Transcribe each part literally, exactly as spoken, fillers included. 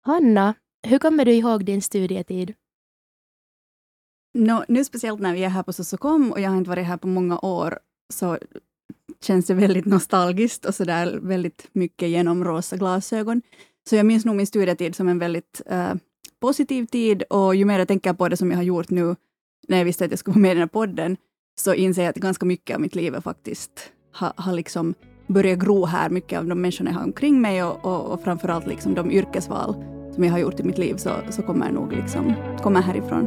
Hanna, hur kommer du ihåg din studietid? No, nu speciellt när vi är här på Sosokom och jag har inte varit här på många år, så känns det väldigt nostalgiskt och så där väldigt mycket genom rosa glasögon. Så jag minns nog min studietid som en väldigt uh, positiv tid, och ju mer jag tänker på det som jag har gjort nu när jag visste att jag skulle vara med i den här podden, så inser jag att ganska mycket av mitt liv faktiskt har, har liksom börjat gro här. Mycket av de människorna jag har omkring mig och, och, och framförallt liksom de yrkesval som jag har gjort i mitt liv, så, så kommer jag nog liksom, kommer härifrån.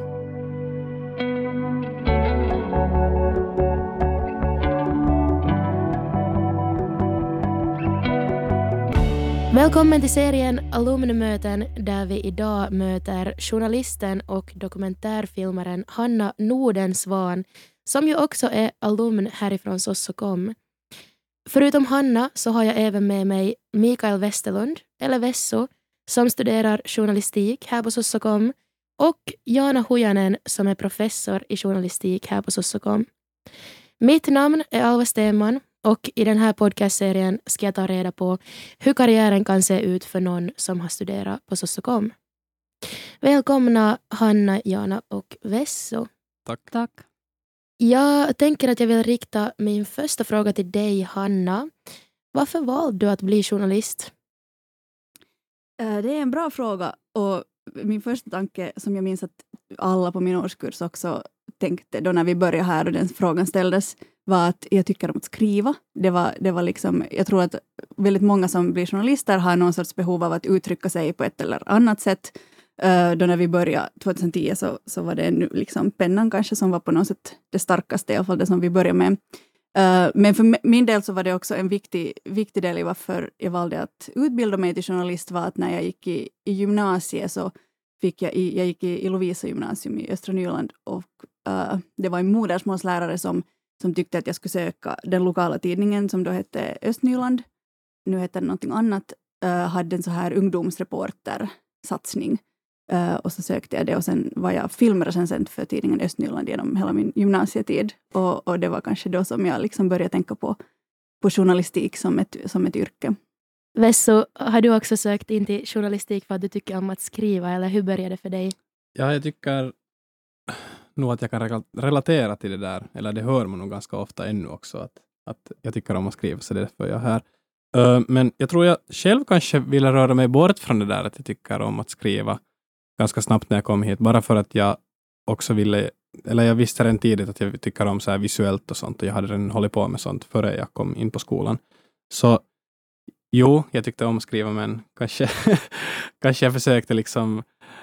Välkommen till serien Alumnmöten, där vi idag möter journalisten och dokumentärfilmaren Hanna Nordensvan, som ju också är alumn härifrån Sosokom. Förutom Hanna så har jag även med mig Mikael Westerlund, eller Vesso, som studerar journalistik här på Sosokom, och Jana Hujanen som är professor i journalistik här på Sosokom. Mitt namn är Alva Stenman, och i den här podcastserien ska jag ta reda på hur karriären kan se ut för någon som har studerat på Sosokom. Välkomna Hanna, Jana och Vesso. Tack. Tack. Jag tänker att jag vill rikta min första fråga till dig, Hanna. Varför valde du att bli journalist? Det är en bra fråga, och min första tanke, som jag minns att alla på min årskurs också tänkte då när vi började här och den frågan ställdes, var att jag tycker om att skriva. Det var, det var liksom, jag tror att väldigt många som blir journalister har någon sorts behov av att uttrycka sig på ett eller annat sätt. Uh, då när vi började tjugohundratio så, så var det nu liksom pennan kanske som var på något sätt det starkaste, i alla fall det som vi började med. Uh, men för min del så var det också en viktig, viktig del i varför jag valde att utbilda mig till journalist, var att när jag gick i, i gymnasiet så fick jag, i, jag gick i, i Lovisa gymnasium i Östra Nyland, och uh, det var en modersmålslärare som, som tyckte att jag skulle söka den lokala tidningen som då hette Östnyland, nu heter det någonting annat, uh, hade en så här ungdomsreporter-satsning. Uh, och så sökte jag det, och sen var jag filmrecensent för tidningen Östnyland genom hela min gymnasietid. Och, och det var kanske då som jag liksom började tänka på, på journalistik som ett, som ett yrke. Vesso, har du också sökt in till journalistik för att du tycker om att skriva, eller hur började det för dig? Ja, jag tycker nog att jag kan relatera till det där, eller det hör man nog ganska ofta ännu också, att, att jag tycker om att skriva, så det är därför jag är här. Uh, men jag tror jag själv kanske ville röra mig bort från det där att jag tycker om att skriva ganska snabbt när jag kom hit, bara för att jag också ville, eller jag visste redan tidigt att jag tycker om så här visuellt och sånt, och jag hade redan hållit på med sånt före jag kom in på skolan. Så jo, jag tyckte om att skriva, men kanske, kanske jag försökte liksom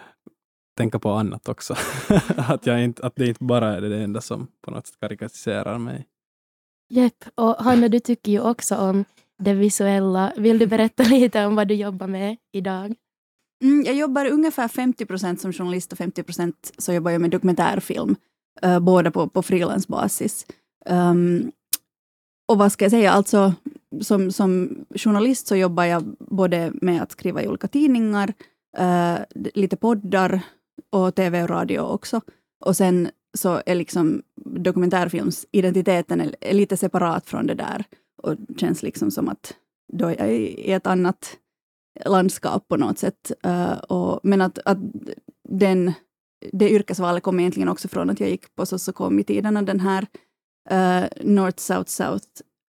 tänka på annat också. att, jag inte, att det inte bara är det enda som på något sätt karikatiserar mig. Jepp, och Hanna, du tycker ju också om det visuella. Vill du berätta lite om vad du jobbar med idag? Mm, jag jobbar ungefär femtio procent som journalist och femtio procent så jobbar jag med dokumentärfilm. Uh, båda på, på frilansbasis. Um, och vad ska jag säga, alltså som, som journalist så jobbar jag både med att skriva i olika tidningar, uh, lite poddar och tv och radio också. Och sen så är liksom dokumentärfilmsidentiteten är, är lite separat från det där. Och det känns liksom som att då är jag i ett annat landskap på något sätt. Uh, och, men att, att den, det yrkesvalet kom egentligen också från att jag gick på Sosokom i tiderna den här uh, North-South-South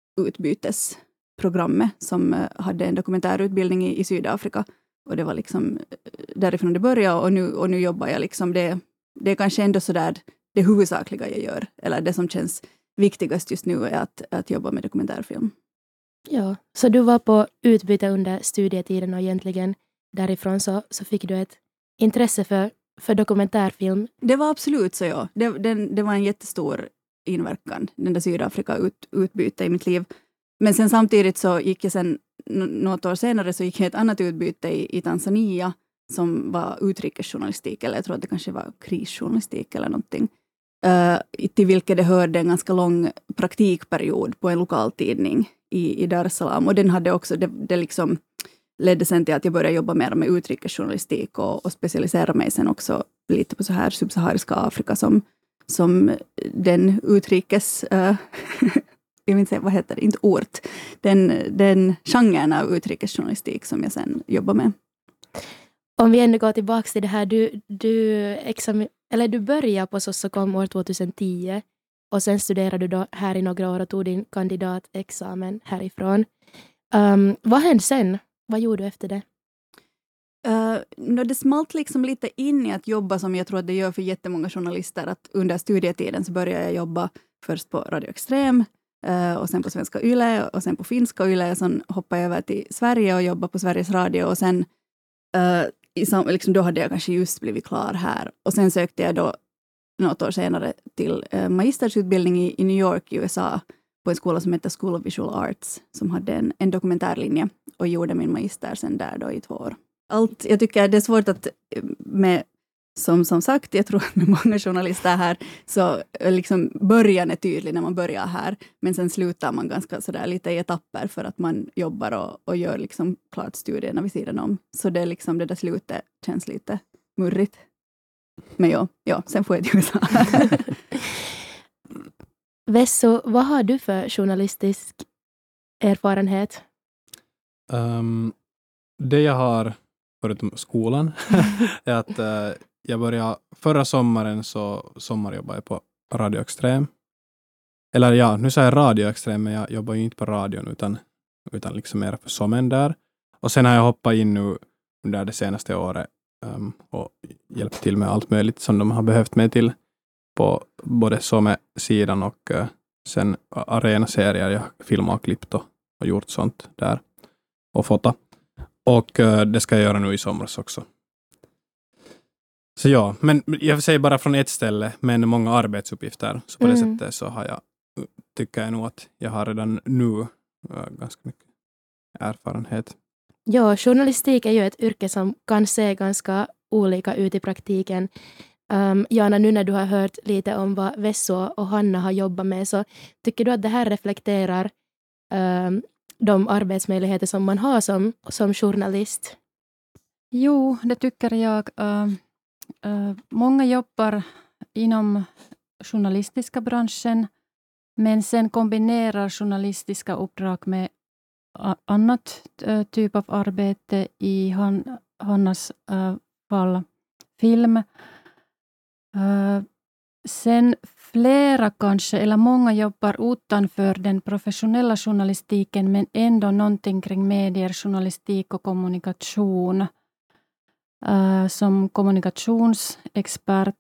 utbytesprogrammet som uh, hade en dokumentärutbildning i, i Sydafrika. Och det var liksom därifrån det började, och nu, och nu jobbar jag liksom, det, det är kanske ändå sådär det huvudsakliga jag gör, eller det som känns viktigast just nu är att, att jobba med dokumentärfilm. Ja, så du var på utbyte under studietiden, och egentligen därifrån så, så fick du ett intresse för, för dokumentärfilm. Det var absolut så, ja. Det, det, det var en jättestor inverkan, den där Sydafrika-utbyte i mitt liv. Men sen samtidigt så gick jag sen, något år senare så gick jag ett annat utbyte i, i Tanzania som var utrikesjournalistik, eller jag tror att det kanske var krisjournalistik eller någonting. Uh, till vilket det hörde en ganska lång praktikperiod på en lokaltidning i, i Dar es Salaam. Och den hade också, det, det liksom ledde sen till att jag började jobba mer med utrikesjournalistik och, och specialisera mig sen också lite på så här subsahariska Afrika som, som den utrikes, uh, jag vet inte vad heter det, inte ort, den, den genren av utrikesjournalistik som jag sen jobbar med. Om vi ändå går tillbaka till det här, du, du, exam, eller du började på Sossokom år tjugohundratio och sen studerade du då här i några år och tog din kandidatexamen härifrån. Um, vad hände sen? Vad gjorde du efter det? Uh, det smalt liksom lite in i att jobba som jag tror att det gör för jättemånga journalister. Att under studietiden så började jag jobba först på Radio Extrem uh, och sen på Svenska Yle och sen på Finska Yle. Sen hoppade jag över till Sverige och jobbade på Sveriges Radio och sen uh, i sam- liksom då hade jag kanske just blivit klar här. Och sen sökte jag då något år senare till uh, magistersutbildning i, i New York i U S A på en skola som heter School of Visual Arts som hade en, en dokumentärlinje och gjorde min magister sen där då i två år. Allt, jag tycker det är svårt att med, som, som sagt, jag tror att med många journalister här så liksom början är tydlig när man börjar här, men sen slutar man ganska sådär lite i etapper för att man jobbar och, och gör liksom klart studierna vid sidan om. Så det är liksom det där slutet känns lite murrigt. Men ja, ja sen får jag det så. Vesso, vad har du för journalistisk erfarenhet? Um, det jag har förutom skolan är att uh, jag började förra sommaren så sommarjobbade jag på Radio Extrem. Eller ja, nu säger jag Radio Extrem, men jag jobbar ju inte på radion utan, utan liksom mer för sommen där. Och sen har jag hoppat in nu under det senaste året um, och hjälpt till med allt möjligt som de har behövt mig till på både somme-sidan och uh, sen arena-serier. Jag har filmat och klippt och, och gjort sånt där och fota. Och uh, det ska jag göra nu i somras också. Så ja, men jag säger bara från ett ställe, men många arbetsuppgifter. Så på mm. det sättet så har jag, tycker jag nog att jag har redan nu uh, ganska mycket erfarenhet. Ja, journalistik är ju ett yrke som kan se ganska olika ut i praktiken. Um, Jana, nu när du har hört lite om vad Vesso och Hanna har jobbat med, så tycker du att det här reflekterar um, de arbetsmöjligheter som man har som, som journalist? Jo, det tycker jag. Uh, uh, många jobbar inom journalistiska branschen, men sen kombinerar journalistiska uppdrag med uh, annat uh, typ av arbete, i Han, Hannas uh, fall film. Uh, sen flera kanske, eller många jobbar utanför den professionella journalistiken, men ändå någonting kring medier, journalistik och kommunikation. Uh, som kommunikationsexpert,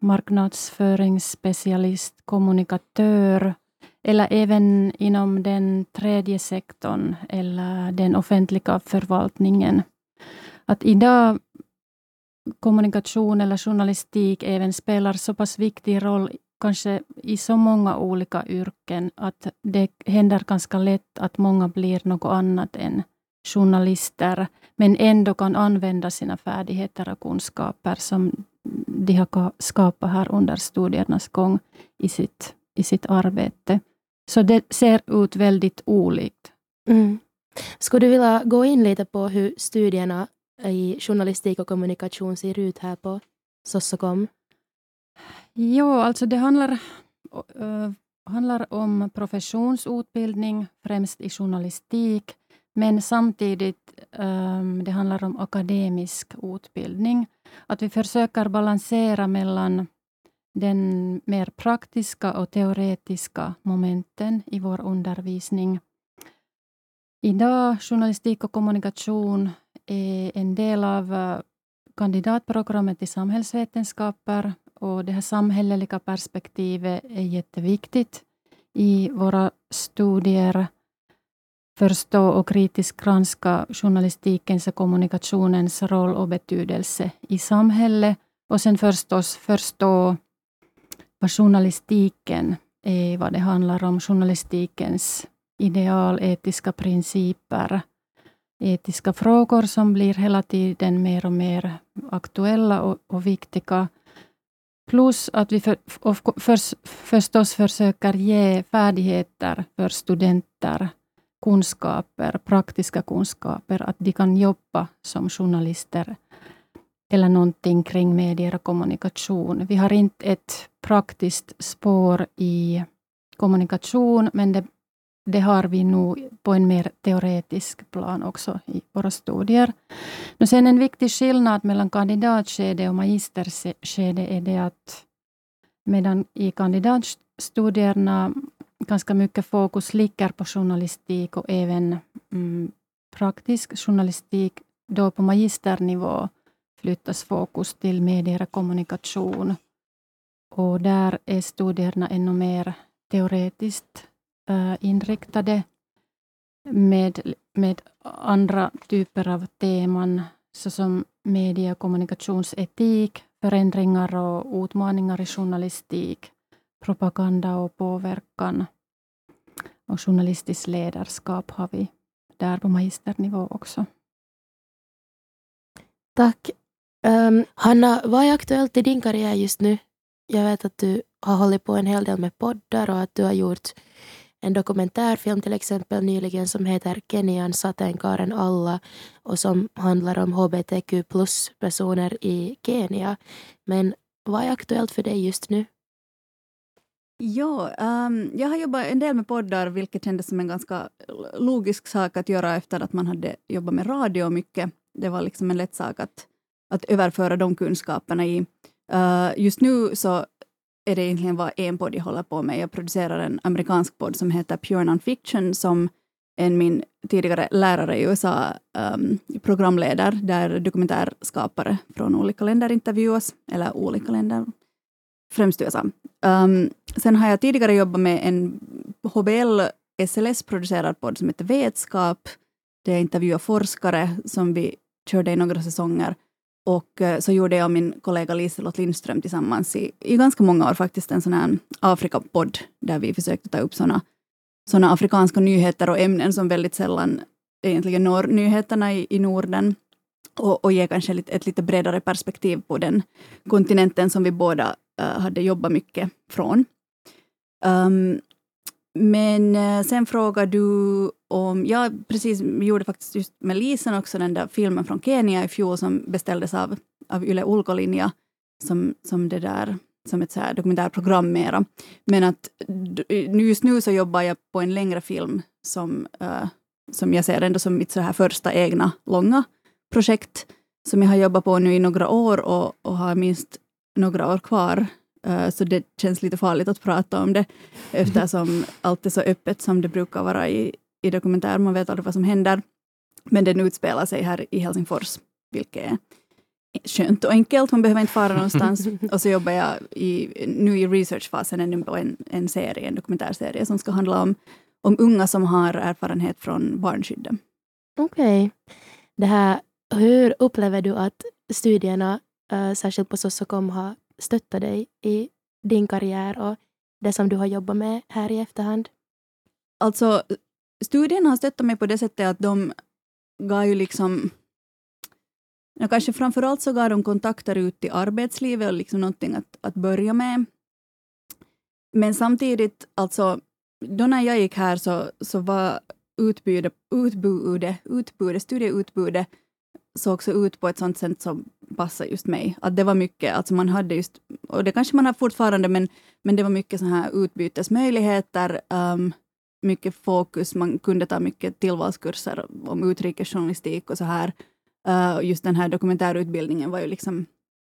marknadsföringsspecialist, kommunikatör, eller även inom den tredje sektorn eller den offentliga förvaltningen. Att idag kommunikation eller journalistik även spelar så pass viktig roll kanske i så många olika yrken att det händer ganska lätt att många blir något annat än journalister, men ändå kan använda sina färdigheter och kunskaper som de har skapat här under studiernas gång i sitt, i sitt arbete. Så det ser ut väldigt olikt. Mm. Skulle du vilja gå in lite på hur studierna i journalistik och kommunikation ser ut här på Sossokom? Ja, alltså det handlar, uh, handlar om professionsutbildning, främst i journalistik, men samtidigt um, det handlar om akademisk utbildning. Att vi försöker balansera mellan den mer praktiska och teoretiska momenten i vår undervisning. Idag, journalistik och kommunikation är en del av uh, kandidatprogrammet i samhällsvetenskaper, och det här samhälleliga perspektivet är jätteviktigt i våra studier. Förstå och kritiskt granska journalistikens och kommunikationens roll och betydelse i samhället. Och sen förstås förstå vad journalistiken är, vad det handlar om, journalistikens ideal, etiska principer, etiska frågor som blir hela tiden mer och mer aktuella och, och viktiga. Plus att vi för, för, förstås försöker ge färdigheter för studenter, kunskaper, praktiska kunskaper, att de kan jobba som journalister eller någonting kring medier och kommunikation. Vi har inte ett praktiskt spår i kommunikation, men det det har vi nog på en mer teoretisk plan också i våra studier. Men sen en viktig skillnad mellan kandidatskede och magisterskede är det att medan i kandidatstudierna ganska mycket fokus ligger på journalistik och även mm, praktisk journalistik, då på magisternivå flyttas fokus till medier och kommunikation. Och där är studierna ännu mer teoretiskt uh, inriktade med, med andra typer av teman såsom medie- och kommunikationsetik, förändringar och utmaningar i journalistik, propaganda och påverkan och journalistiskt ledarskap har vi där på magisternivå också. Tack. Um, Hanna, vad är aktuellt i din karriär just nu? Jag vet att du har hållit på en hel del med poddar och att du har gjort en dokumentärfilm till exempel nyligen som heter Kenian sateenkaaren alla och som handlar om H B T Q plus personer i Kenya. Men vad är aktuellt för dig just nu? Ja, um, jag har jobbat en del med poddar, vilket kändes som en ganska logisk sak att göra efter att man hade jobbat med radio mycket. Det var liksom en lätt sak att, att överföra de kunskaperna i. Uh, just nu så är det egentligen bara en podd jag håller på med. Jag producerar en amerikansk podd som heter Pure Nonfiction som en min tidigare lärare i U S A um, programleder, där dokumentärskapare från olika länder intervjuas, eller olika länder, främst U S A. Um, sen har jag tidigare jobbat med en H B L S L S-producerad podd som heter Vetskap. Det är intervjuar forskare som vi körde i några säsonger. Och uh, så gjorde jag och min kollega Liselott Lindström tillsammans i, i ganska många år faktiskt en sån här Afrika-podd där vi försökte ta upp såna, såna afrikanska nyheter och ämnen som väldigt sällan egentligen når nyheterna i, i Norden. Och, och ge kanske ett, ett lite bredare perspektiv på den kontinenten som vi båda uh, hade jobbat mycket från. Um, men uh, sen frågar du om, jag precis gjorde faktiskt just med Lisen också den där filmen från Kenya i fjol som beställdes av, av Yle Ulkolinja som, som det där, som ett så här dokumentärprogram mera. Men att just nu så jobbar jag på en längre film som, uh, som jag ser ändå som mitt så här första egna långa projekt som jag har jobbat på nu i några år och, och har minst några år kvar. Uh, så det känns lite farligt att prata om det eftersom allt är så öppet som det brukar vara i, i dokumentär. Man vet aldrig vad som händer. Men den utspelar sig här i Helsingfors, vilket är skönt och enkelt. Man behöver inte fara någonstans. Och så jobbar jag i, nu i researchfasen ännu på en, en serie, en dokumentärserie som ska handla om, om unga som har erfarenhet från barnskyddet. Okej. Okay. Det här, hur upplever du att studierna, äh, särskilt på Sossokom, har stöttat dig i din karriär och det som du har jobbat med här i efterhand? Alltså, studierna har stöttat mig på det sättet att de gav ju liksom, ja, kanske framförallt så gav de kontakter ut i arbetslivet och liksom någonting att, att börja med. Men samtidigt, alltså, då när jag gick här så, så var utbudet, utbudet, utbudet, studieutbudet så också ut på ett sånt sätt som passar just mig. Att det var mycket, alltså man hade just, och det kanske man har fortfarande, men, men det var mycket så här utbytesmöjligheter, um, mycket fokus, man kunde ta mycket tillvalskurser om utrikesjournalistik och så här. Uh, just den här dokumentärutbildningen var ju liksom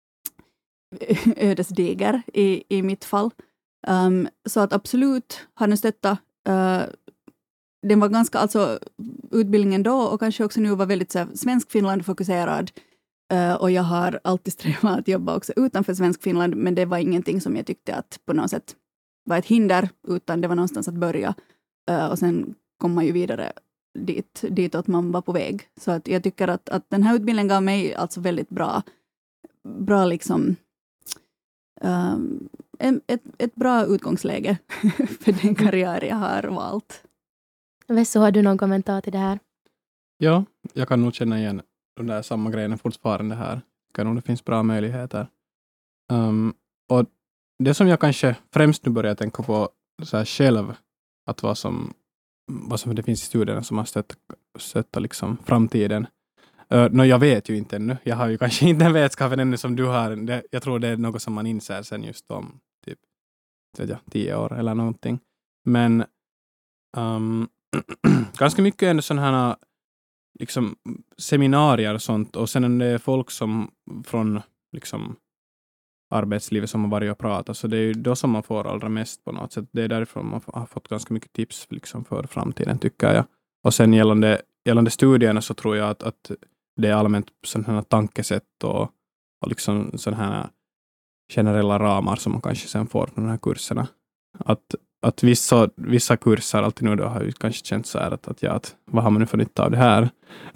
ödesdiger i, i mitt fall. Um, så att absolut har den stöttat. Uh, den var ganska, alltså utbildningen då och kanske också nu var väldigt så här, svensk-Finland-fokuserad. Uh, och jag har alltid strävat att jobba också utanför svensk-Finland, men det var ingenting som jag tyckte att på något sätt var ett hinder, utan det var någonstans att börja. Uh, och sen kom man ju vidare dit, ditåt man var på väg. Så att jag tycker att, att den här utbildningen gav mig alltså väldigt bra, bra liksom, um, ett, ett bra utgångsläge för den karriär jag har valt. Vesso, har du någon kommentar till det här? Ja, jag kan nog känna igen de där samma grejerna fortfarande här. Kan nog det finns bra möjligheter. Um, och det som jag kanske främst nu börjar tänka på så här själv, att vad som, vad som det finns i studierna som har stött, stöttat liksom framtiden. Uh, no, jag vet ju inte ännu. Jag har ju kanske inte den vetskapen ännu som du har. Det, jag tror det är något som man inser sen just om typ vet jag, tio år eller någonting. Men um, ganska mycket ändå sådana här liksom seminarier och sånt, och sen är det folk som från liksom arbetslivet som har varit och pratat, så det är ju då som man får allra mest på något sätt. Det är därifrån man har fått ganska mycket tips liksom för framtiden, tycker jag. Och sen gällande, gällande studierna så tror jag att, att det är allmänt sådana här tankesätt och, och liksom sådana här generella ramar som man kanske sen får från de här kurserna. Att, att vissa, vissa kurser alltid nu då har ju kanske känt så här att, att, ja, att vad har man nu för nytta av det här?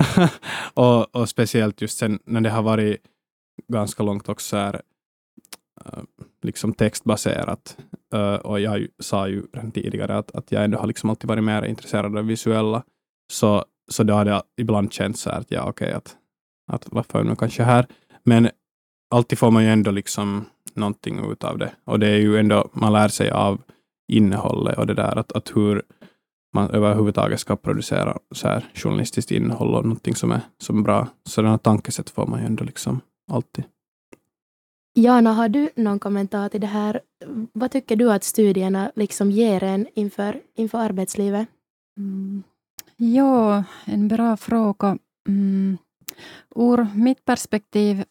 och, och speciellt just sen när det har varit ganska långt också här uh, liksom textbaserat. Uh, och jag sa ju redan tidigare att, att jag ändå har liksom alltid varit mer intresserad av visuella. Så, så då hade jag ibland känt så här att ja okej, okay, att, att varför nu kanske här. Men alltid får man ju ändå liksom någonting ut av det. Och det är ju ändå, man lär sig av innehållet och det där, att, att hur man överhuvudtaget ska producera så här journalistiskt innehåll och någonting som är, som är bra. Sådana tankesätt får man ju ändå liksom alltid. Jana, har du någon kommentar till det här? Vad tycker du att studierna liksom ger en inför, inför arbetslivet? Mm. Ja, en bra fråga. Mm. Ur mitt perspektiv,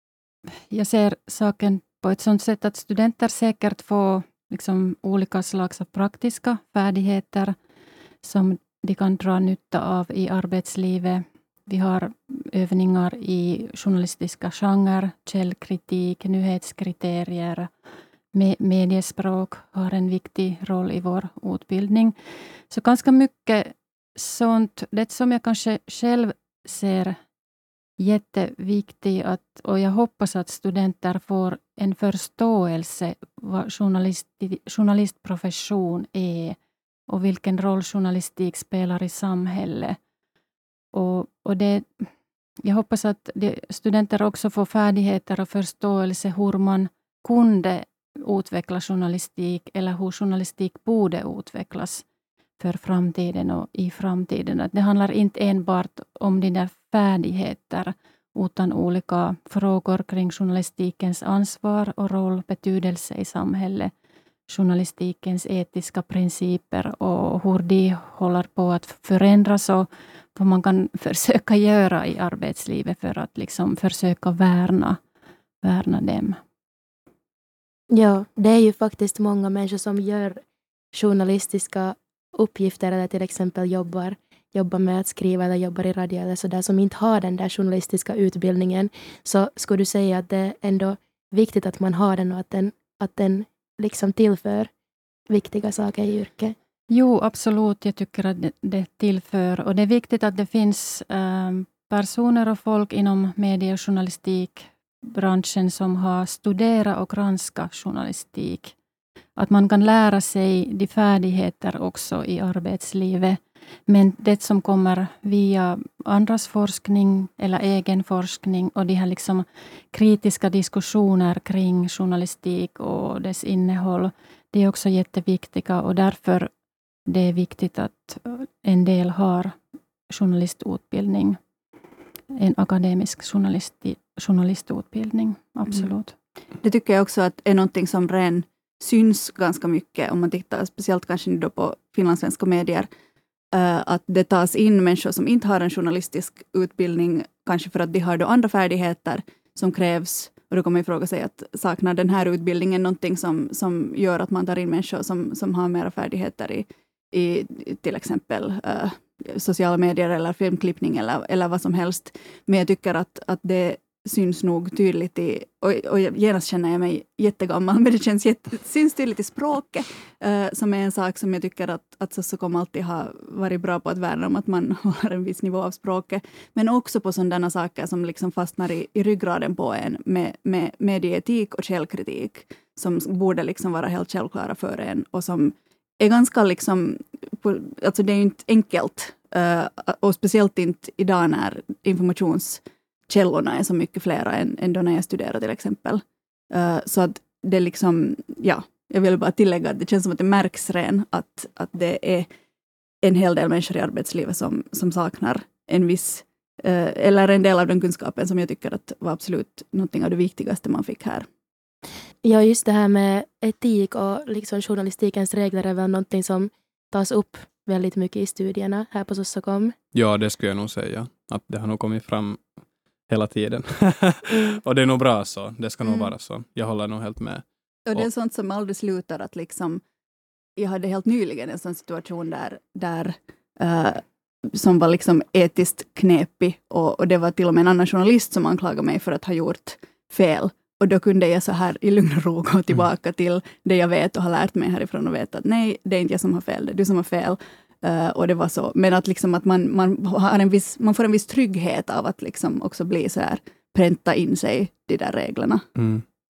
jag ser saken på ett sådant sätt att studenter säkert får liksom olika slags av praktiska färdigheter som de kan dra nytta av i arbetslivet. Vi har övningar i journalistiska genre, källkritik, nyhetskriterier, me- mediespråk har en viktig roll i vår utbildning. Så ganska mycket sånt, det som jag kanske själv ser jätteviktigt, att, och jag hoppas att studenter får en förståelse vad journalist, journalistprofession är och vilken roll journalistik spelar i samhället. Och, och det, jag hoppas att det, studenter också får färdigheter och förståelse hur man kunde utveckla journalistik eller hur journalistik borde utvecklas för framtiden och i framtiden. Att det handlar inte enbart om de där färdigheter utan olika frågor kring journalistikens ansvar och roll, betydelse i samhället, journalistikens etiska principer och hur de håller på att förändras och vad man kan försöka göra i arbetslivet för att liksom försöka värna, värna dem. Ja, det är ju faktiskt många människor som gör journalistiska uppgifter eller till exempel jobbar, jobbar med att skriva eller jobbar i radio eller sådär som inte har den där journalistiska utbildningen. Så skulle du säga att det är ändå viktigt att man har den och att den, att den liksom tillför viktiga saker i yrket? Jo, absolut. Jag tycker att det tillför. Och det är viktigt att det finns äh, personer och folk inom medie- och journalistikbranschen som har studerat och granskat journalistik. Att man kan lära sig de färdigheter också i arbetslivet. Men det som kommer via andras forskning eller egen forskning och de här liksom kritiska diskussioner kring journalistik och dess innehåll, det är också jätteviktiga och därför det är viktigt att en del har journalistutbildning, en akademisk journalisti, journalistutbildning, absolut. Mm. Det tycker jag också att är någonting som redan syns ganska mycket om man tittar speciellt kanske nu då på finlandssvenska medier, uh, att det tas in människor som inte har en journalistisk utbildning, kanske för att de har då andra färdigheter som krävs. Och då kommer man fråga sig att saknar den här utbildningen någonting som, som gör att man tar in människor som, som har mera färdigheter i, i till exempel uh, sociala medier eller filmklippning eller, eller vad som helst. Men jag tycker att, att det syns nog tydligt i, och, och genast känner jag mig jättegammal, men det känns jätte, syns tydligt i språket, uh, som är en sak som jag tycker att, att Sossokom alltid har varit bra på att värna om, att man har en viss nivå av språket, men också på sådana saker som liksom fastnar i, i ryggraden på en med, med medieetik och källkritik, som borde liksom vara helt självklara för en och som är ganska liksom, på, alltså det är ju inte enkelt, uh, och speciellt inte idag när informations källorna är så mycket flera än, än då när jag studerar till exempel. Uh, så att det liksom, ja, jag vill bara tillägga att det känns som att det märks redan att, att det är en hel del människor i arbetslivet som, som saknar en viss, uh, eller en del av den kunskapen som jag tycker att var absolut någonting av det viktigaste man fick här. Ja, just det här med etik och liksom journalistikens regler är väl någonting som tas upp väldigt mycket i studierna här på Sossakom. Ja, det skulle jag nog säga. Att det har nog kommit fram hela tiden. Och det är nog bra så. Det ska nog Mm. vara så. Jag håller nog helt med. Och det är sånt som aldrig slutar att liksom, jag hade helt nyligen en sån situation där, där uh, som var liksom etiskt knepig och, och det var till och med en annan journalist som anklagade mig för att ha gjort fel. Och då kunde jag så här i lugn och ro gå tillbaka mm. till det jag vet och har lärt mig härifrån och vet att nej, det är inte jag som har fel, det är du som har fel. Uh, och det var så. Men att liksom att man, man, har en viss, man får en viss trygghet av att liksom också bli så här, pränta in sig de där reglerna. Mm.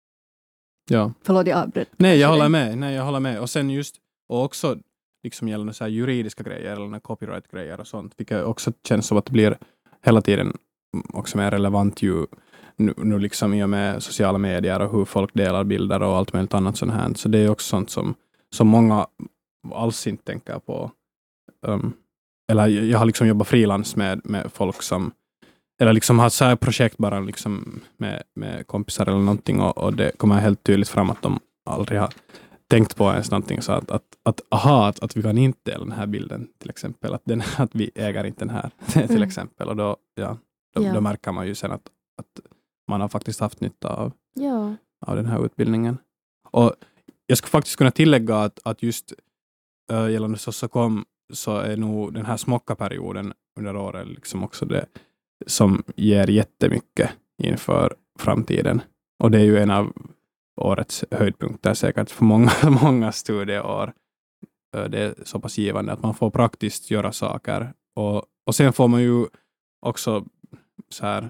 Ja. Förlåt, jag avbröt. Nej, jag håller med. Nej, jag håller med. Och sen just, och också liksom gällande så här juridiska grejer eller copyright-grejer och sånt, vilket också känns som att det blir hela tiden också mer relevant ju nu, nu liksom i och med sociala medier och hur folk delar bilder och allt möjligt annat sånt här. Så det är också sånt som, som många alls inte tänker på. Um, eller jag har liksom jobbat frilans med, med folk som eller liksom har så här projekt bara liksom med, med kompisar eller någonting och, och det kommer helt tydligt fram att de aldrig har tänkt på ens någonting så att, att, att aha, att, att vi kan inte dela den här bilden till exempel, att, den, att vi äger inte den här till Mm. exempel och då, ja, då, Ja. då märker man ju sen att, att man har faktiskt haft nytta av, Ja. av den här utbildningen. Och jag skulle faktiskt kunna tillägga att, att just äh, gällande Sossakom så är nog den här smocka-perioden under året liksom också det som ger jättemycket inför framtiden. Och det är ju en av årets höjdpunkter säkert för många, många studieår. Det är så pass givande att man får praktiskt göra saker. Och, och sen får man ju också så här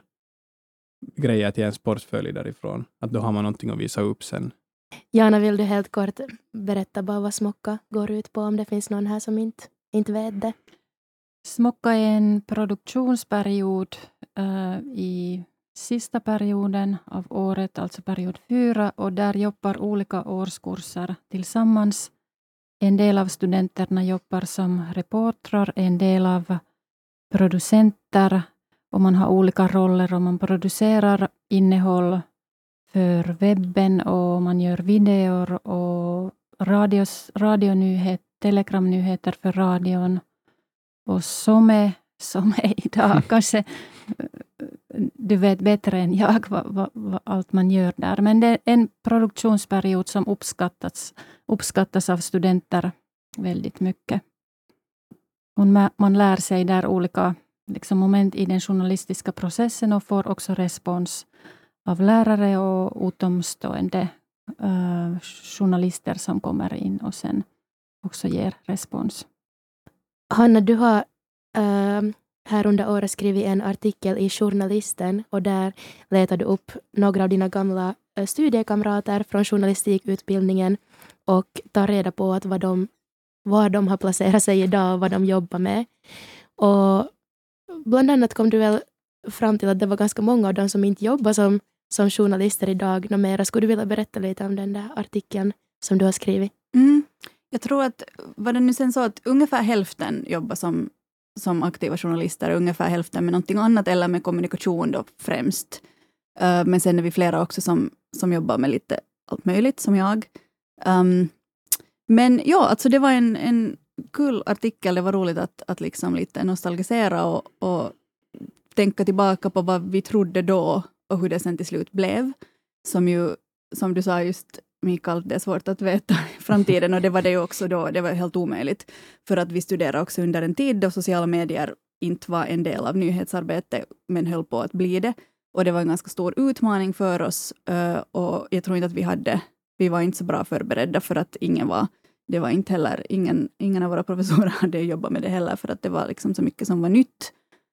grejer till en sportfölj därifrån. Att då har man någonting att visa upp sen. Jana, vill du helt kort berätta bara vad smocka går ut på om det finns någon här som inte, inte vet det? Smocka är en produktionsperiod uh, i sista perioden av året, alltså period fyra, och där jobbar olika årskurser tillsammans. En del av studenterna jobbar som reportrar, en del av producenter, och man har olika roller och man producerar innehåll för webben och man gör videor och radios, radionyhet, telegramnyheter för radion. Och som är, som är idag, kanske du vet bättre än jag vad, vad, vad allt man gör där. Men det är en produktionsperiod som uppskattas, uppskattas av studenter väldigt mycket. Man, man lär sig där olika liksom, moment i den journalistiska processen och får också respons av lärare och utomstående uh, journalister som kommer in och sen också ger respons. Hanna, du har äh, här under året skrivit en artikel i Journalisten och där letar du upp några av dina gamla äh, studiekamrater från journalistikutbildningen och tar reda på att vad de, var de har placerat sig idag och vad de jobbar med. Och bland annat kom du väl fram till att det var ganska många av dem som inte jobbar som, som journalister idag. Nå mera. Skulle du vilja berätta lite om den där artikeln som du har skrivit? Mm. Jag tror att, var det nu sen så att ungefär hälften jobbar som, som aktiva journalister, ungefär hälften med någonting annat eller med kommunikation då främst. Uh, men sen är vi flera också som, som jobbar med lite allt möjligt som jag. Um, men ja, alltså det var en, en kul artikel, det var roligt att, att liksom lite nostalgisera och, och tänka tillbaka på vad vi trodde då och hur det sen till slut blev. Som ju, som du sa just Mikael, det är svårt att veta i framtiden och det var det ju också då, det var helt omöjligt. För att vi studerade också under en tid då sociala medier inte var en del av nyhetsarbete men höll på att bli det. Och det var en ganska stor utmaning för oss och jag tror inte att vi hade, vi var inte så bra förberedda för att ingen var, det var inte heller, ingen, ingen av våra professorer hade jobbat med det heller för att det var liksom så mycket som var nytt.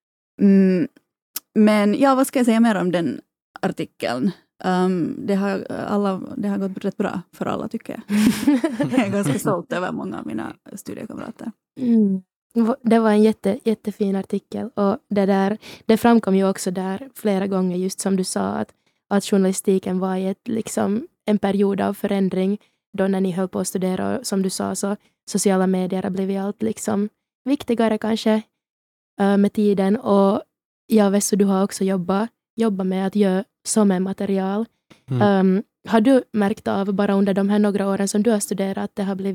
Mm, men ja, vad ska jag säga mer om den artikeln? Um, det, har alla, det har gått rätt bra för alla tycker jag. Jag är ganska stolt över många av mina studiekamrater. Mm. Det var en jätte, jättefin artikel och det, där, det framkom ju också där flera gånger just som du sa att, att journalistiken var i ett, liksom, en period av förändring då när ni höll på att studera och som du sa så sociala medier har blivit allt liksom viktigare kanske uh, med tiden och jag vet så du har också jobbat, jobbat med att göra som en material. Mm. Um, har du märkt av bara under de här några åren som du har studerat att det har blivit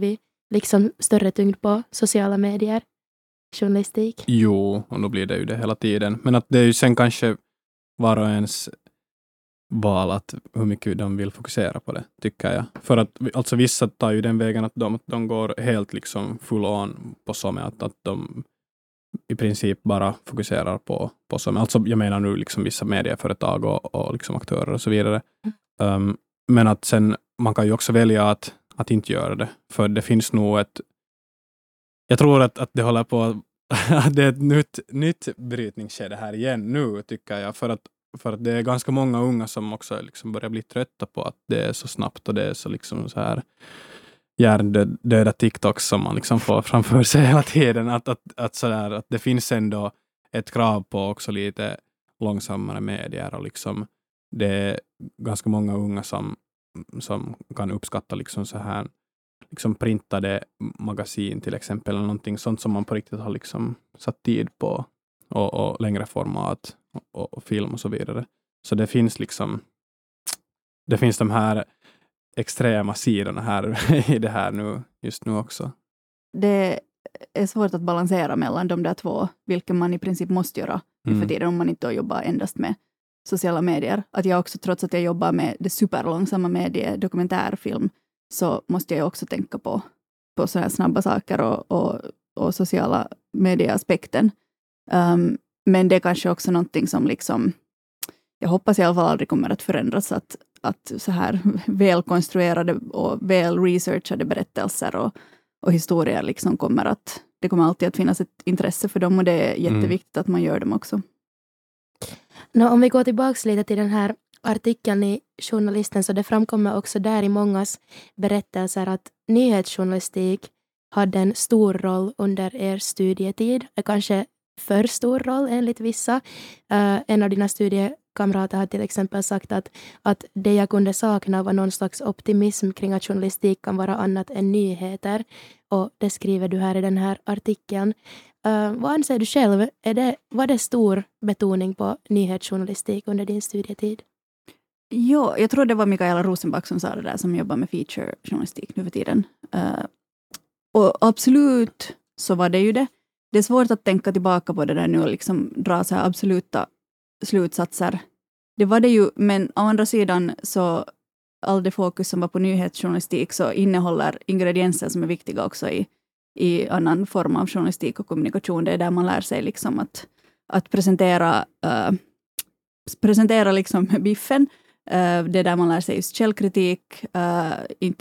liksom större tyngd på sociala medier, journalistik? Jo, och då blir det ju det hela tiden. Men att det är ju sen kanske var och ens val att hur mycket de vill fokusera på det, tycker jag. För att alltså vissa tar ju den vägen att de, de går helt liksom full on på så med att, att de i princip bara fokuserar på, på så med. Alltså jag menar nu liksom vissa medieföretag och, och liksom aktörer och så vidare. Mm. Um, men att sen man kan ju också välja att, att inte göra det. För det finns nog ett jag tror att, att det håller på att det är ett nytt, nytt brytningsskede här igen nu, tycker jag. För att För att det är ganska många unga som också liksom börjar bli trötta på att det är så snabbt och det är så liksom så här hjärndöda TikToks som man liksom får framför sig hela tiden. Att, att, att, så där, att det finns ändå ett krav på också lite långsammare medier och liksom det är ganska många unga som, som kan uppskatta liksom så här liksom printade magasin till exempel eller någonting sånt som man på riktigt har liksom satt tid på och, och längre format och, och film och så vidare. Så det finns liksom det finns de här extrema sidorna här i det här nu, just nu också. Det är svårt att balansera mellan de där två, vilket man i princip måste göra mm. för tiden om man inte jobbar endast med sociala medier. Att jag också, trots att jag jobbar med det superlångsamma medie dokumentärfilm, så måste jag också tänka på, på sådana här snabba saker och, och, och sociala medieaspekten. Um, men det är kanske också någonting som liksom, jag hoppas i alla fall aldrig kommer att förändras, att, att så här välkonstruerade och väl researchade berättelser och, och historier liksom kommer att, det kommer alltid att finnas ett intresse för dem och det är jätteviktigt mm. att man gör dem också. Nå, om vi går tillbaka lite till den här artikeln i Journalisten, så det framkommer också där i mångas berättelser att nyhetsjournalistik hade en stor roll under er studietid, kanske för stor roll enligt vissa. Uh, en av dina studiekamrater har till exempel sagt att, att det jag kunde sakna var någon slags optimism kring att journalistik kan vara annat än nyheter, och det skriver du här i den här artikeln. Uh, vad anser du själv? Är det, var det stor betoning på nyhetsjournalistik under din studietid? Jo, jag tror det var Mikaela Rosenbach som sa det där, som jobbar med feature-journalistik nu för tiden. Uh, och absolut så var det ju det. Det är svårt att tänka tillbaka på det där nu och liksom dra så här absoluta slutsatser. Det var det ju, men å andra sidan så all det fokus som var på nyhetsjournalistik så innehåller ingredienser som är viktiga också i, i annan form av journalistik och kommunikation. Det är där man lär sig liksom att, att presentera, uh, presentera liksom biffen. Uh, det är där man lär sig just källkritik, uh,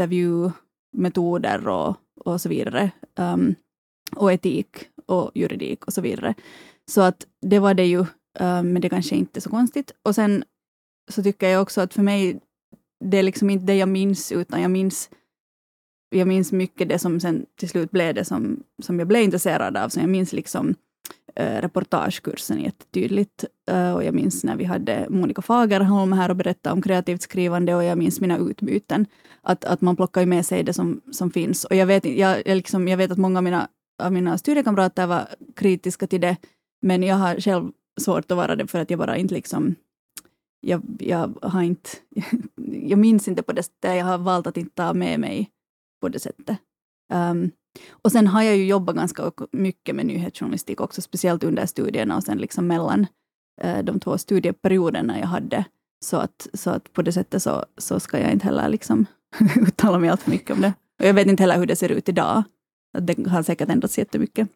intervjumetoder och, och så vidare. Um, och etik och juridik och så vidare. Så att det var det ju, uh, men det kanske inte är så konstigt. Och sen så tycker jag också att för mig, det är liksom inte det jag minns, utan jag minns, jag minns mycket det som sen till slut blev det som, som jag blev intresserad av. Så jag minns liksom uh, reportagekursen jättetydligt. Uh, och jag minns när vi hade Monica Fagerholm här och berättade om kreativt skrivande, och jag minns mina utbyten. Att, att man plockar ju med sig det som, som finns. Och jag vet, jag, jag, liksom, jag vet att många av mina av mina studiekamrater var kritiska till det, men jag har själv svårt att vara det för att jag bara inte liksom jag, jag har inte jag minns inte på det sättet, jag har valt att inte ta med mig på det sättet. Um, och sen har jag ju jobbat ganska mycket med nyhetsjournalistik också, speciellt under studierna och sen liksom mellan uh, de två studieperioderna jag hade, så att, så att på det sättet så, så ska jag inte heller liksom uttala mig allt för mycket om det. Och jag vet inte heller hur det ser ut idag. Det har säkert ändrats jättemycket.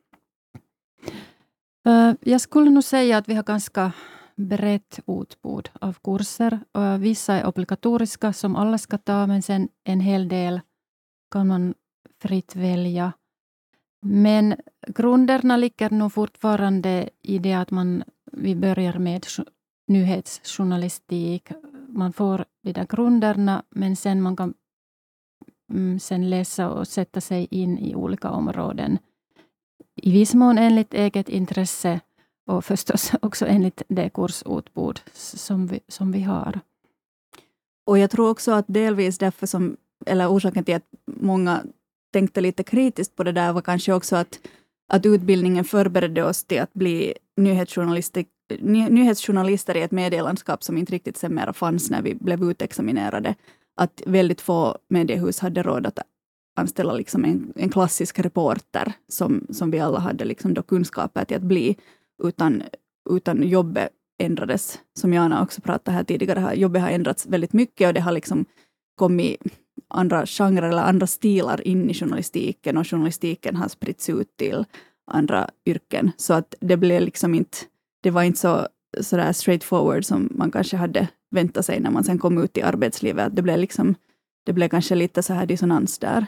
Uh, jag skulle nog säga att vi har ganska brett utbud av kurser. Uh, vissa är obligatoriska som alla ska ta, men sen en hel del kan man fritt välja. Men grunderna ligger nog fortfarande i det att man, vi börjar med nyhetsjournalistik. Man får de där grunderna, men sen man kan sen läsa och sätta sig in i olika områden. I viss mån enligt eget intresse och förstås också enligt det kursutbud som vi, som vi har. Och jag tror också att delvis därför som, eller orsaken till att många tänkte lite kritiskt på det där var kanske också att, att utbildningen förberedde oss till att bli nyhetsjournalister, ny, nyhetsjournalister i ett medielandskap som inte riktigt sen mera fanns när vi blev utexaminerade. Att väldigt få mediehus hade råd att anställa liksom en, en klassisk reporter som, som vi alla hade liksom då kunskaper till att bli, utan, utan jobbet ändrades. Som Jana också pratade här tidigare, jobbet har ändrats väldigt mycket och det har liksom kommit andra genrer eller andra stilar in i journalistiken och journalistiken har spritts ut till andra yrken. Så att det blev liksom inte, det var inte så sådär straightforward som man kanske hade väntat sig när man sen kom ut i arbetslivet. Det blev liksom, det blev kanske lite så här dissonans där.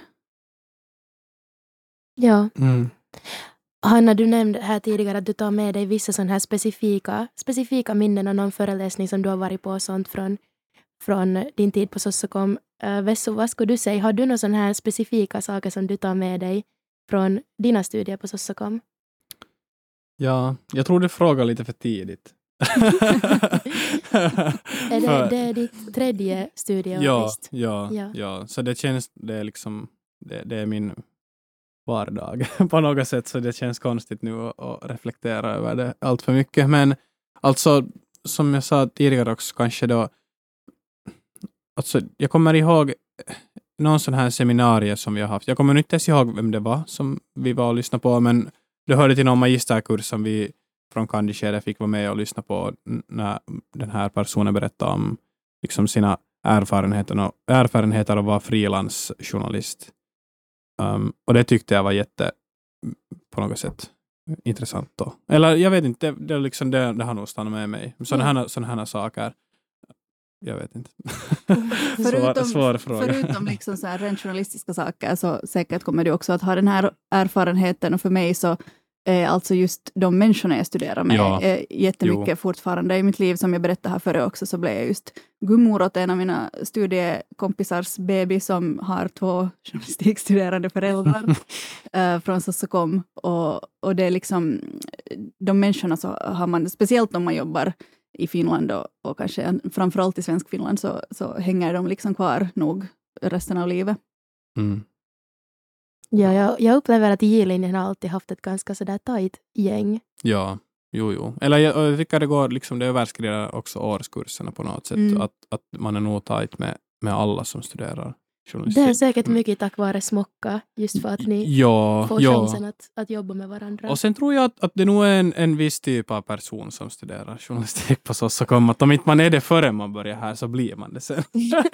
Ja. Mm. Hanna, du nämnde här tidigare att du tar med dig vissa sådana här specifika, specifika minnen av någon föreläsning som du har varit på och sånt från, från din tid på Sossokom. Uh, Vesso, vad skulle du säga? Har du några sådana här specifika saker som du tar med dig från dina studier på Sossokom? Ja, jag tror du frågar lite för tidigt. är det, för, det är ditt tredje studieår? ja, visst? ja, Ja. ja, så det känns, det är liksom, det, det är min vardag på något sätt, så det känns konstigt nu att, att reflektera över det allt för mycket. Men alltså, som jag sa tidigare också, kanske då, alltså, jag kommer ihåg någon sån här seminarier som vi har haft. Jag kommer inte ens ihåg vem det var som vi var och lyssnade på, men det hörde till någon magisterkurs som vi från Kandiskedet fick vara med och lyssna på när den här personen berättade om liksom sina erfarenheter och, erfarenheter av att vara frilansjournalist. Um, och det tyckte jag var jätte, på något sätt, intressant då. Eller jag vet inte, det, det, liksom, det, det har nog stannat med mig. Sådana här, sådana här saker. Jag vet inte. Förutom, svår, svår fråga. Förutom liksom så här rent journalistiska saker så säkert kommer du också att ha den här erfarenheten, och för mig så är alltså just de människorna jag studerar med ja. är jättemycket jo. fortfarande i mitt liv. Som jag berättade här före också, så blev jag just gummor åt en av mina studiekompisars baby som har två journalistikstuderande föräldrar uh, från Sossokom, och, och det är liksom de människorna så har man, speciellt om man jobbar i Finland och, och kanske framförallt i svensk Finland, så, så hänger de liksom kvar nog resten av livet. Mm. Ja, jag, jag upplever att J-linjen har alltid haft ett ganska sådär tajt gäng. Ja, jo, jo. Eller jag, jag tycker det går liksom, det överskrider också årskurserna på något sätt. Mm. Att, att man är nog tajt med, med alla som studerar journalistik. Det är säkert mycket tack vare Smocka, just för att ni ja, får ja. chansen att, att jobba med varandra. Och sen tror jag att, att det nog är en, en viss typ av person som studerar journalistik på Sossokom. Att om inte man är det före man börjar här, så blir man det sen.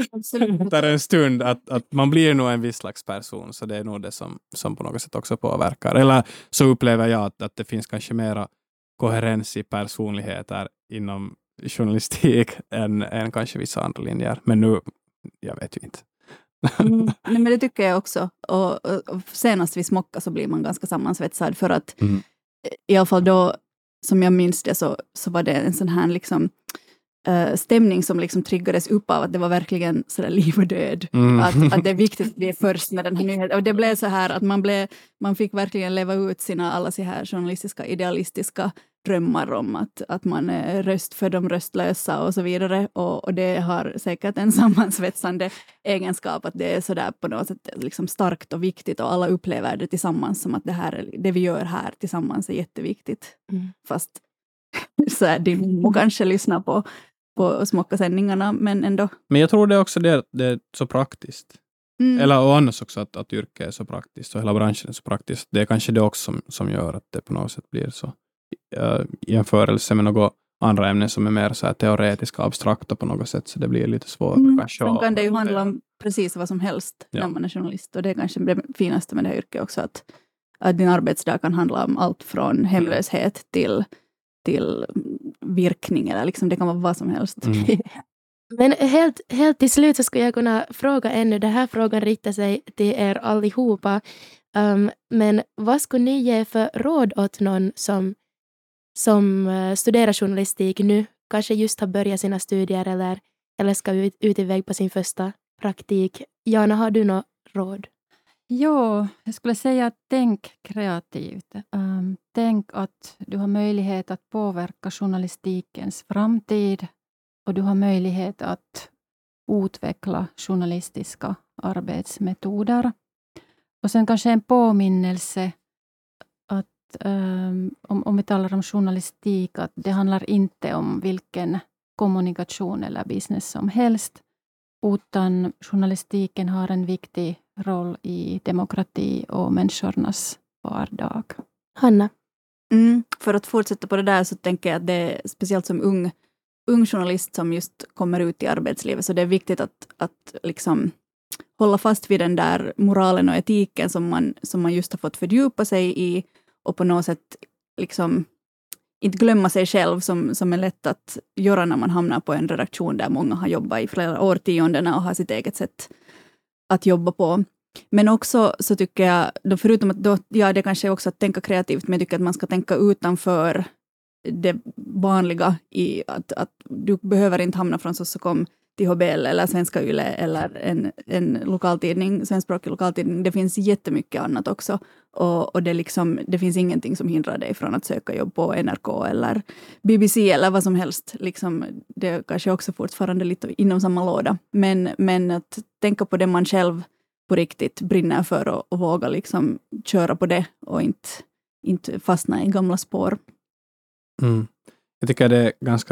Det är en stund att, att man blir nog en viss slags person, så det är nog det som, som på något sätt också påverkar. Eller så upplever jag att, att det finns kanske mera koherens i personligheter inom journalistik än, än kanske vissa andra linjer. Men nu, jag vet ju inte. Mm. Nej, men det tycker jag också. Och, och, och senast vid Smocka så blir man ganska sammansvetsad, för att mm. i alla fall då, som jag minns det, så, så var det en sån här liksom Uh, stämning som liksom triggades upp av att det var verkligen sådär liv och död. Mm. Att, att det är viktigt att bli först med den här nyheten. Och det blev så här att man, blev, man fick verkligen leva ut sina alla så här journalistiska, idealistiska drömmar om att, att man är röst för de röstlösa och så vidare. Och, och det har säkert en sammansvetsande egenskap, att det är sådär på något sätt liksom starkt och viktigt, och alla upplever det tillsammans som att det, här, det vi gör här tillsammans är jätteviktigt. Mm. Fast så är det må kanske lyssna på på Smocka-sändningarna, men ändå. Men jag tror det är också det, det är så praktiskt. Mm. Eller och annars också att, att yrket är så praktiskt och hela branschen är så praktiskt. Det är kanske det också som, som gör att det på något sätt blir så uh, i jämförelse med något andra ämnen som är mer så här teoretiska, abstrakta på något sätt, så det blir lite svårare mm. kanske. Sen kan det ju handla om precis vad som helst ja. när man är journalist, och det är kanske det finaste med det här yrket också, att, att din arbetsdag kan handla om allt från hemlöshet till till virkning, eller liksom det kan vara vad som helst. Mm. Men helt, helt till slut så skulle jag kunna fråga ännu, den här frågan riktar sig till er allihopa, um, men vad skulle ni ge för råd åt någon som, som uh, studerar journalistik nu, kanske just har börjat sina studier eller, eller ska ut, ut iväg på sin första praktik? Jana, har du något råd? Ja, jag skulle säga att tänk kreativt. Um, tänk att du har möjlighet att påverka journalistikens framtid, och du har möjlighet att utveckla journalistiska arbetsmetoder. Och sen kanske en påminnelse att um, om, om vi talar om journalistik, att det handlar inte om vilken kommunikation eller business som helst, utan journalistiken har en viktig roll i demokrati och människornas vardag. Hanna? Mm, för att fortsätta på det där så tänker jag att det är speciellt som ung, ung journalist som just kommer ut i arbetslivet, så det är viktigt att, att liksom hålla fast vid den där moralen och etiken som man, som man just har fått fördjupa sig i och på något sätt liksom inte glömma sig själv som, som är lätt att göra när man hamnar på en redaktion där många har jobbat i flera årtionden och har sitt eget sätt att jobba på. Men också så tycker jag, då förutom att då, ja, det kanske är också att tänka kreativt, men jag tycker att man ska tänka utanför det vanliga i att, att du behöver inte hamna från Sossokom till H B L eller Svenska Yle eller en, en lokaltidning, svenskspråkig lokaltidning. Det finns jättemycket annat också. Och, och det, liksom, det finns ingenting som hindrar dig från att söka jobb på N R K eller B B C eller vad som helst. Liksom, det är kanske också fortfarande lite inom samma låda. Men, men att tänka på det man själv på riktigt brinner för och, och våga liksom köra på det och inte, inte fastna i gamla spår. Mm. Jag tycker det är ganska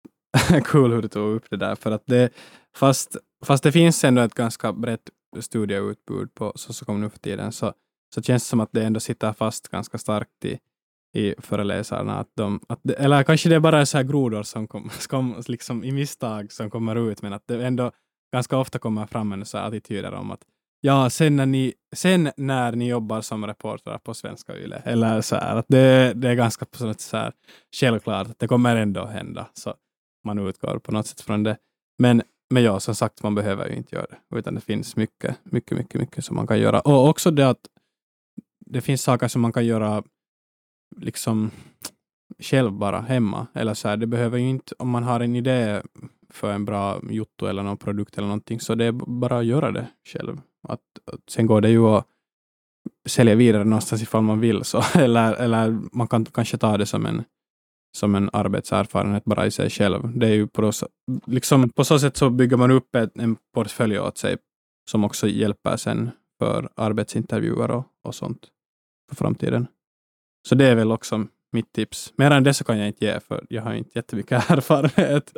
kul hur du tog upp det där, för att det, fast, fast det finns ändå ett ganska brett studieutbud på Sossokom nu för tiden, så, så känns det som att det ändå sitter fast ganska starkt i, i föreläsarna. Att de, att det, eller kanske det är bara så här grodor som, kom, som liksom i misstag som kommer ut, men att det ändå ganska ofta kommer fram en så här attityder om att ja, sen när ni, sen när ni jobbar som reportrar på Svenska Yle, eller så här, att det, det är ganska på något så här självklart att det kommer ändå hända, så man utgår på något sätt från det. Men, men ja, som sagt, man behöver ju inte göra det, utan det finns mycket, mycket, mycket, mycket som man kan göra. Och också det att det finns saker som man kan göra liksom själv bara hemma, eller så här, det behöver ju inte, om man har en idé för en bra jotto eller någon produkt eller någonting, så det är bara att göra det själv. Att, att sen går det ju att sälja vidare någonstans ifall man vill, så, eller, eller man kan kanske ta det som en, som en arbetserfarenhet bara i sig själv. Det är ju på, liksom, på så sätt så bygger man upp ett, en portfölj åt sig som också hjälper sen för arbetsintervjuer och, och sånt för framtiden. Så det är väl också mitt tips. Mer än det så kan jag inte ge, för jag har inte jättemycket erfarenhet.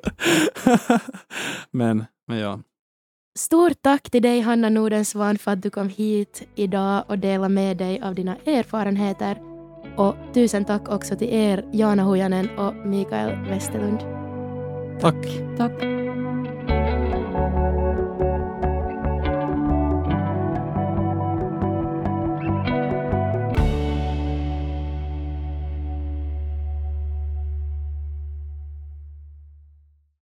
men, men ja. Stort tack till dig, Hanna Nordensvan, för att du kom hit idag och delade med dig av dina erfarenheter. Och tusen tack också till er, Jana Hujanen och Mikael Westerlund. Tack. Tack.